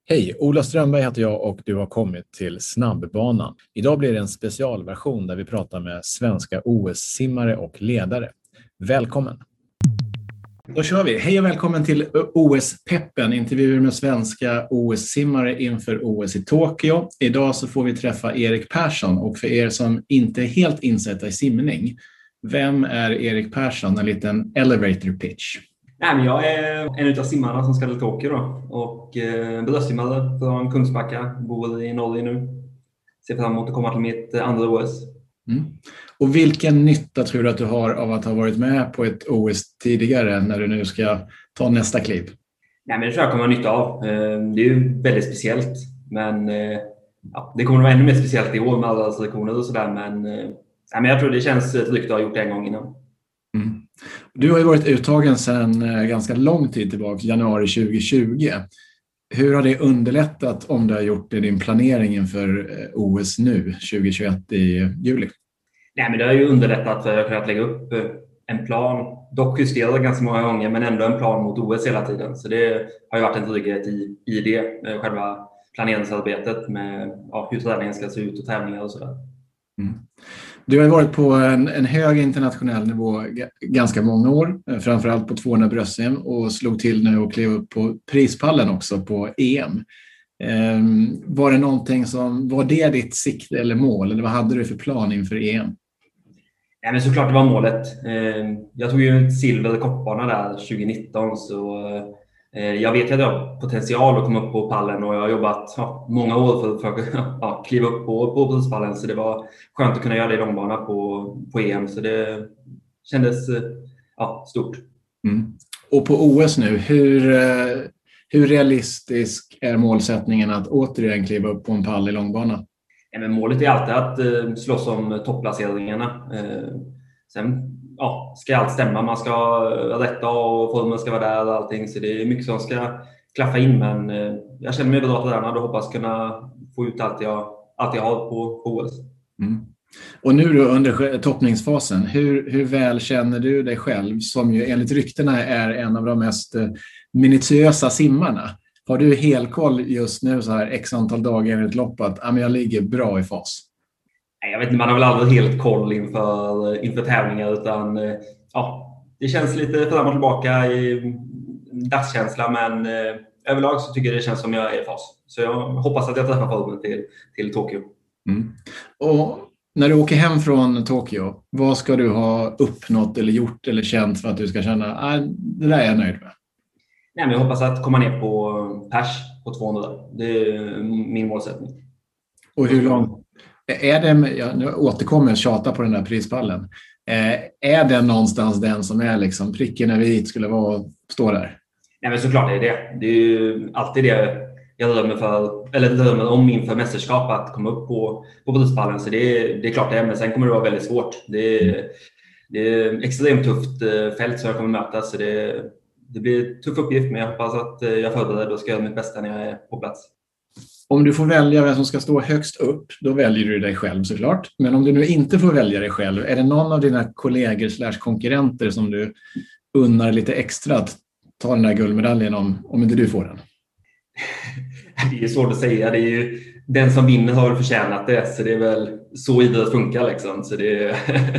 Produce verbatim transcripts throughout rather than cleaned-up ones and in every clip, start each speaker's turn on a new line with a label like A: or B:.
A: Hej, Ola Strömberg heter jag och du har kommit till Snabbbanan. Idag blir det en specialversion där vi pratar med svenska O S-simmare och ledare. Välkommen! Då kör vi. Hej och välkommen till O S-peppen, intervjuer med svenska O S-simmare inför O S i Tokyo. Idag så får vi träffa Erik Persson, och för er som inte är helt insatta i simning, vem är Erik Persson? En liten elevator pitch.
B: Nej, men jag är en av simmarna som ska till Tokyo då, och eh, bröstsimmare från Kungsbacka, bor i Norge nu. Ser fram emot att komma till mitt eh, andra O S.
A: Mm. Och vilken nytta tror du att du har av att ha varit med på ett O S tidigare när du nu ska ta nästa kliv?
B: Nej, men det tror jag kommer ha nytta av. Eh, det är ju väldigt speciellt, men eh, ja, det kommer att vara ännu mer speciellt i år med alla restriktioner och sådär. Men, eh, men jag tror det känns tryggt att ha gjort det en gång innan.
A: Mm. Du har ju varit uttagen sedan ganska lång tid tillbaka, januari tjugo tjugo. Hur har det underlättat om du har gjort det, din planering inför O S nu, tjugo tjugoett i juli? Nej,
B: men det har ju underlättat för att jag kunnat lägga upp en plan. Dock justerat ganska många gånger, men ändå en plan mot O S hela tiden. Så det har ju varit en trygghet i, i det, själva planeringsarbetet med ja, hur träningen ska se ut och tävlingar och sådär.
A: Mm. Du har varit på en, en hög internationell nivå g- ganska många år, framförallt på tvåhundra bröst-E M, och slog till nu och klev upp på prispallen också på E M. Um, var det någonting som, var det ditt sikte eller mål, eller vad hade du för plan inför E M?
B: Ja, men såklart det var målet. Jag tog ju ett silver i kortbana där tjugo nitton, så jag vet att jag har potential att komma upp på pallen, och jag har jobbat ja, många år för, för att ja, kliva upp på, på prispallen, så det var skönt att kunna göra det i långbana på, på E M, så det kändes ja, stort.
A: Mm. Och på O S nu, hur, hur realistisk är målsättningen att återigen kliva upp på en pall i långbana?
B: Ja, men målet är alltid att eh, slåss om topplaceringarna. Eh, sen ja, ska allt stämma. Man ska rätta och formen ska vara där och allting. Så det är mycket som ska klaffa in. Men eh, jag känner mig bra tränad och hoppas kunna få ut allt jag, allt jag har på, på O S.
A: Mm. Och nu då under toppningsfasen, hur, hur väl känner du dig själv, som ju enligt ryktena är en av de mest minutiösa simmarna? Har du helkoll just nu så här x antal dagar i ett lopp att ja, men jag ligger bra i fas?
B: Nej, jag vet inte, man har väl aldrig helt koll inför, inför tävlingar, utan ja, det känns lite fram och tillbaka i dagskänsla, men eh, överlag så tycker jag det känns som jag är i fas. Så jag hoppas att jag träffar formen till, till Tokyo.
A: Mm. Och när du åker hem från Tokyo, vad ska du ha uppnått eller gjort eller känt för att du ska känna att det där är jag nöjd med?
B: Nej, men jag hoppas att komma ner på pers på tvåhundra. Det är min målsättning.
A: Och hur långt? Är det, jag nu återkommer jag tjata på den där prispallen. Eh, är det någonstans den som är liksom pricken över hit skulle vara stå där?
B: Nej, men såklart är det det. Det är ju alltid det jag drömmer för, eller drömmer om inför mästerskap, att komma upp på, på prispallen. Så det är, det är klart det är, men sen kommer det vara väldigt svårt. Det är, det är extremt tufft fält som jag kommer möta, så det, det blir en tuff uppgift, men jag hoppas att jag förbereder och ska göra mitt bästa när jag är på plats.
A: Om du får välja vem som ska stå högst upp, då väljer du dig själv såklart. Men om du nu inte får välja dig själv, är det någon av dina kollegor slash konkurrenter som du unnar lite extra att ta den där guldmedaljen om, om inte du får den?
B: Det är svårt att säga. Det är ju, den som vinner har väl förtjänat det, så det är väl så idrott funkar liksom. Så det,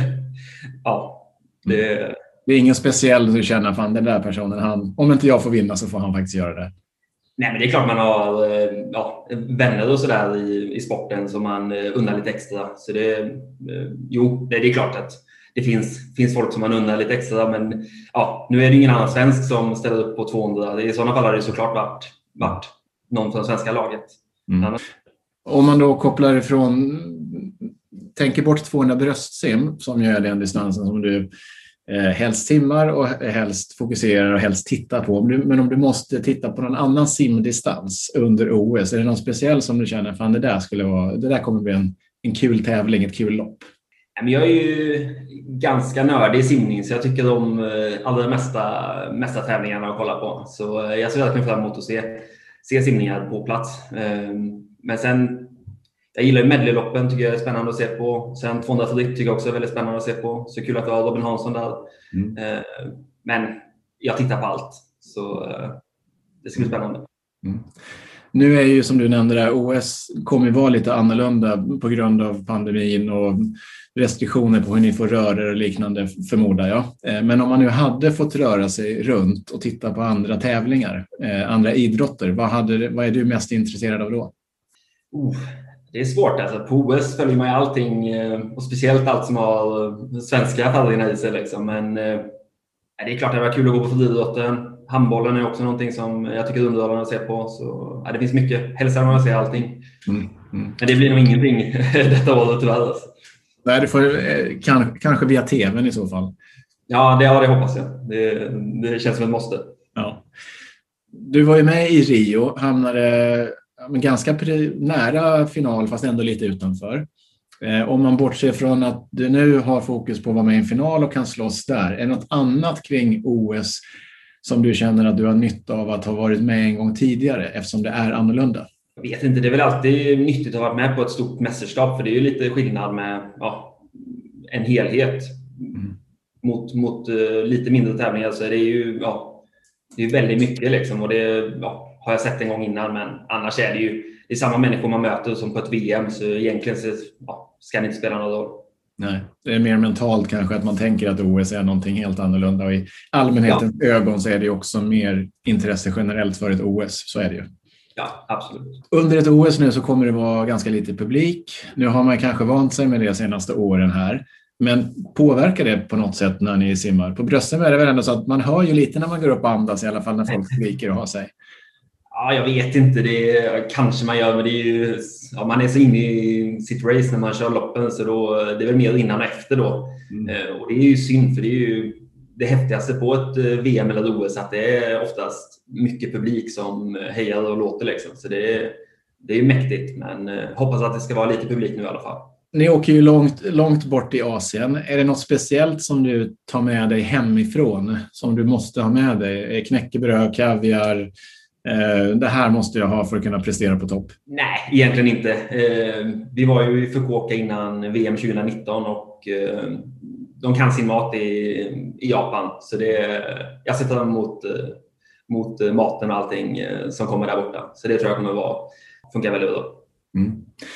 B: ja, det...
A: Mm. Det är ingen speciell du känner, fan den där personen, han, om inte jag får vinna så får han faktiskt göra det.
B: Nej, men det är klart man har ja, vänner och sådär i, i sporten som man unnar lite extra. Så det, jo, det, det är klart att det finns, finns folk som man unnar lite extra, men ja, nu är det ingen annan svensk som ställer upp på tvåhundra. I sådana fall har det såklart varit, varit någon från svenska laget.
A: Mm. Om man då kopplar ifrån, tänker bort tvåhundra bröstsim som ju är den distansen som du eh, helst simmar och helst fokuserar och helst tittar på. Men om du måste titta på någon annan simdistans under O S, är det någon speciell som du känner, fan det där skulle vara, det där kommer bli en, en kul tävling, ett kul lopp?
B: Jag är ju ganska nördig i simning, så jag tycker om allra mesta, mesta tävlingarna att kolla på. Så jag ser verkligen fram emot att se, se simningar på plats. Men sen, jag gillar ju medleyloppen, tycker jag är spännande att se på. Sen tvåhundra fritt tycker jag också är väldigt spännande att se på. Så kul att vi har Robin Hansson där. Mm. Men jag tittar på allt, så det ska bli spännande.
A: Mm. Nu är ju som du nämnde där, O S kommer ju vara lite annorlunda på grund av pandemin och restriktioner på hur ni får röra er och liknande, förmodar jag. Men om man nu hade fått röra sig runt och titta på andra tävlingar, andra idrotter, vad, hade, vad är du mest intresserad av då?
B: Uh, det är svårt. Alltså, på O S följer man ju allting, och speciellt allt som har svenska färgerna i sig. Liksom. Men det är klart att det var kul att gå på friidrotten. Handbollen är också någonting som jag tycker är underhållande att se på. Så, ja, det finns mycket. Hälsar man att se allting. Mm, mm. Men det blir nog ingenting detta året tyvärr. Alltså.
A: Nej, det får, kan, kanske via tvn i så fall.
B: Ja, det, ja, det hoppas jag. Det, det känns som ett måste.
A: Ja. Du var ju med i Rio, hamnade ganska nära final fast ändå lite utanför. Eh, om man bortser från att du nu har fokus på att vara med i en final och kan slåss där. Är det något annat kring O S som du känner att du har nytta av att ha varit med en gång tidigare eftersom det är annorlunda?
B: Jag vet inte, det är väl alltid nyttigt att vara med på ett stort mästerskap, för det är ju lite skillnad med ja, en helhet mm. mot, mot uh, lite mindre tävlingar. Så det är ju ja, det är väldigt mycket liksom, och det ja, har jag sett en gång innan, men annars är det ju det är samma människor man möter som på ett V M, så egentligen så, ja, ska det inte spela någon roll.
A: Nej, det är mer mentalt kanske att man tänker att O S är någonting helt annorlunda, och i allmänhetens ja. ögon så är det också mer intresse generellt för ett O S, så är det ju.
B: Ja, absolut.
A: Under ett O S nu så kommer det vara ganska lite publik. Nu har man kanske vant sig med det senaste åren här. Men påverkar det på något sätt när ni simmar? På brösten är det väl ändå så att man hör ju lite när man går upp och andas, i alla fall när folk skriker och har sig. Ja,
B: jag vet inte. Det kanske man gör, men det är ju, ja, man är så inne i sitt race när man kör loppen, så då, det är väl mer innan och efter då. Mm. Och det är ju synd, för det är ju det häftigaste på ett V M eller O S, att det är oftast mycket publik som hejar och låter liksom. Så det är, det är mäktigt, men hoppas att det ska vara lite publik nu i alla fall.
A: Ni åker ju långt, långt bort i Asien. Är det något speciellt som du tar med dig hemifrån som du måste ha med dig? Knäckebröd, kaviar? Det här måste jag ha för att kunna prestera på topp.
B: Nej, egentligen inte. Vi var ju i Fukuoka innan V M tjugonitton och de kan sin mat i, i Japan. Så det, jag ser fram emot mot maten och allting som kommer där borta. Så det tror jag kommer vara, funkar väldigt bra. Mm.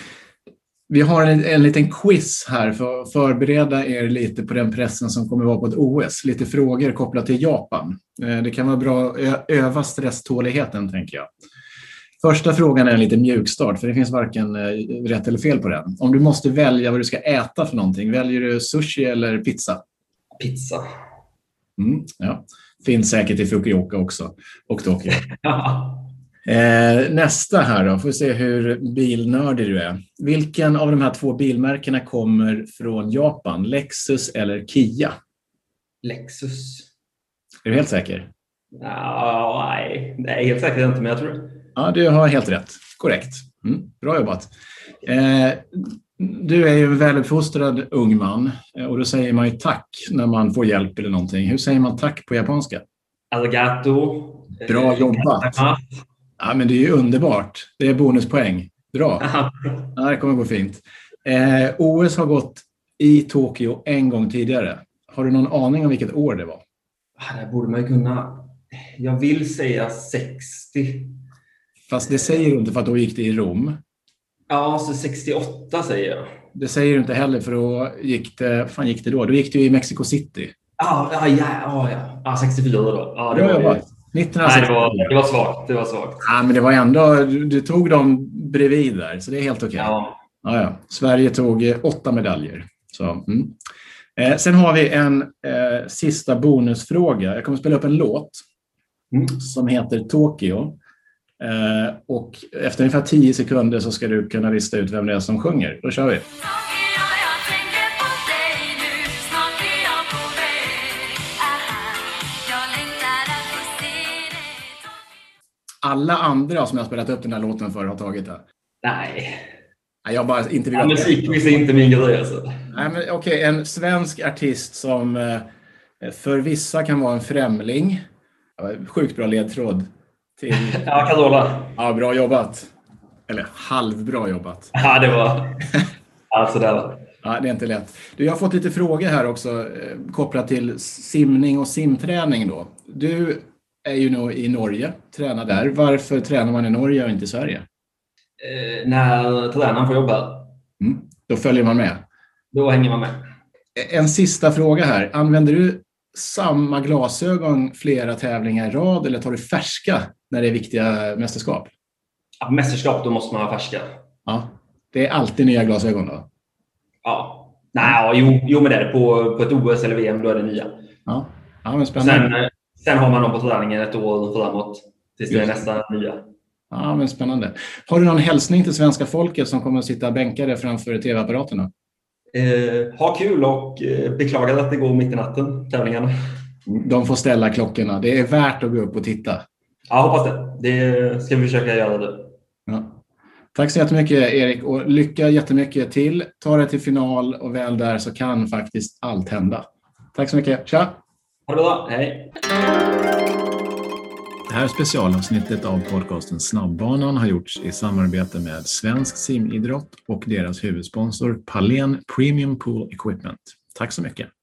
A: Vi har en, en liten quiz här för att förbereda er lite på den pressen som kommer vara på ett O S. Lite frågor kopplat till Japan. Det kan vara bra att öva stresståligheten, tänker jag. Första frågan är en liten mjukstart, för det finns varken rätt eller fel på den. Om du måste välja vad du ska äta för någonting, väljer du sushi eller pizza?
B: Pizza.
A: Mm, ja. Finns säkert i Fukuoka också, och Tokyo. eh, nästa här då, får vi se hur bilnördig du är. Vilken av de här två bilmärkena kommer från Japan? Lexus eller Kia?
B: Lexus.
A: Är du helt säker?
B: Ja, nej, nej, helt säkert inte, men jag tror det.
A: Ja, du har helt rätt. Korrekt. Mm, bra jobbat. Eh, du är ju en väluppfostrad ung man, och då säger man ju tack när man får hjälp eller någonting. Hur säger man tack på japanska?
B: Arigato.
A: Bra jobbat. Ja, men det är ju underbart. Det är bonuspoäng. Bra. Ja, det kommer gå fint. Eh, O S har gått i Tokyo en gång tidigare. Har du någon aning om vilket år det var?
B: Det borde man ju kunna. Jag vill säga sextio.
A: Fast det säger du inte, för att då gick det i Rom.
B: Ja, så sextioåtta säger jag.
A: Det säger du inte heller, för då gick det, fan gick det då? Då gick det i Mexico City.
B: Ja, ja, ja, ja. ja sextiofyra då. Ja, det
A: Bra
B: var
A: jobbat.
B: nittonhundrasextiofyra. Nej, det var, det var svagt. Det var svagt.
A: Ja, men det var ändå, du, du tog dem bredvid där, så det är helt okej. Okay.
B: Ja.
A: Ja, ja. Sverige tog eh, åtta medaljer. Så, mm. eh, sen har vi en eh, sista bonusfråga. Jag kommer spela upp en låt mm. som heter Tokyo. Eh, och efter ungefär tio sekunder så ska du kunna lista ut vem det är som sjunger. Då kör vi. Alla andra som jag har spelat upp den här låten för har tagit det.
B: Nej.
A: Nej, jag bara inte vill.
B: Ja, musikquiz är inte min grej alltså.
A: Nej, men okej, okay, en svensk artist som eh, för vissa kan vara en främling. Sjukt bra ledtråd. Till...
B: Ja, Carola.
A: Ja, bra jobbat. Eller halvbra jobbat.
B: Ja, det var... Alltså det var...
A: Ja, det är inte lätt. Du, jag har fått lite frågor här också eh, kopplat till simning och simträning då. Du är ju nog i Norge, tränar där. Varför tränar man i Norge och inte i Sverige?
B: Eh, när tränaren får jobba.
A: Mm, då följer man med.
B: Då hänger man med.
A: En sista fråga här. Använder du samma glasögon flera tävlingar i rad eller tar du färska när det är viktiga mästerskap?
B: Ja, på mästerskap då måste man ha färska.
A: Ja, det är alltid nya glasögon då?
B: Ja. Nej, jo, jo men det är det. På, på ett O S eller V M då är det nya.
A: Ja, ja men spännande.
B: Sen, sen har man dem på träningen ett år framåt tills det är nästa nya.
A: Ja, men spännande. Har du någon hälsning till svenska folket som kommer att sitta bänkade framför tv-apparaterna?
B: Eh, ha kul och eh, beklaga att det går mitt i natten, tävlingarna.
A: De får ställa klockorna. Det är värt att gå upp och titta.
B: Ja, hoppas det. Det ska vi försöka göra det.
A: Ja. Tack så jättemycket, Erik. Och lycka jättemycket till. Ta det till final och väl där så kan faktiskt allt hända. Tack så mycket. Tja!
B: Ha det bra. Hej!
A: Det här specialavsnittet av podcasten Snabbbanan har gjorts i samarbete med Svensk simidrott och deras huvudsponsor Palen Premium Pool Equipment. Tack så mycket.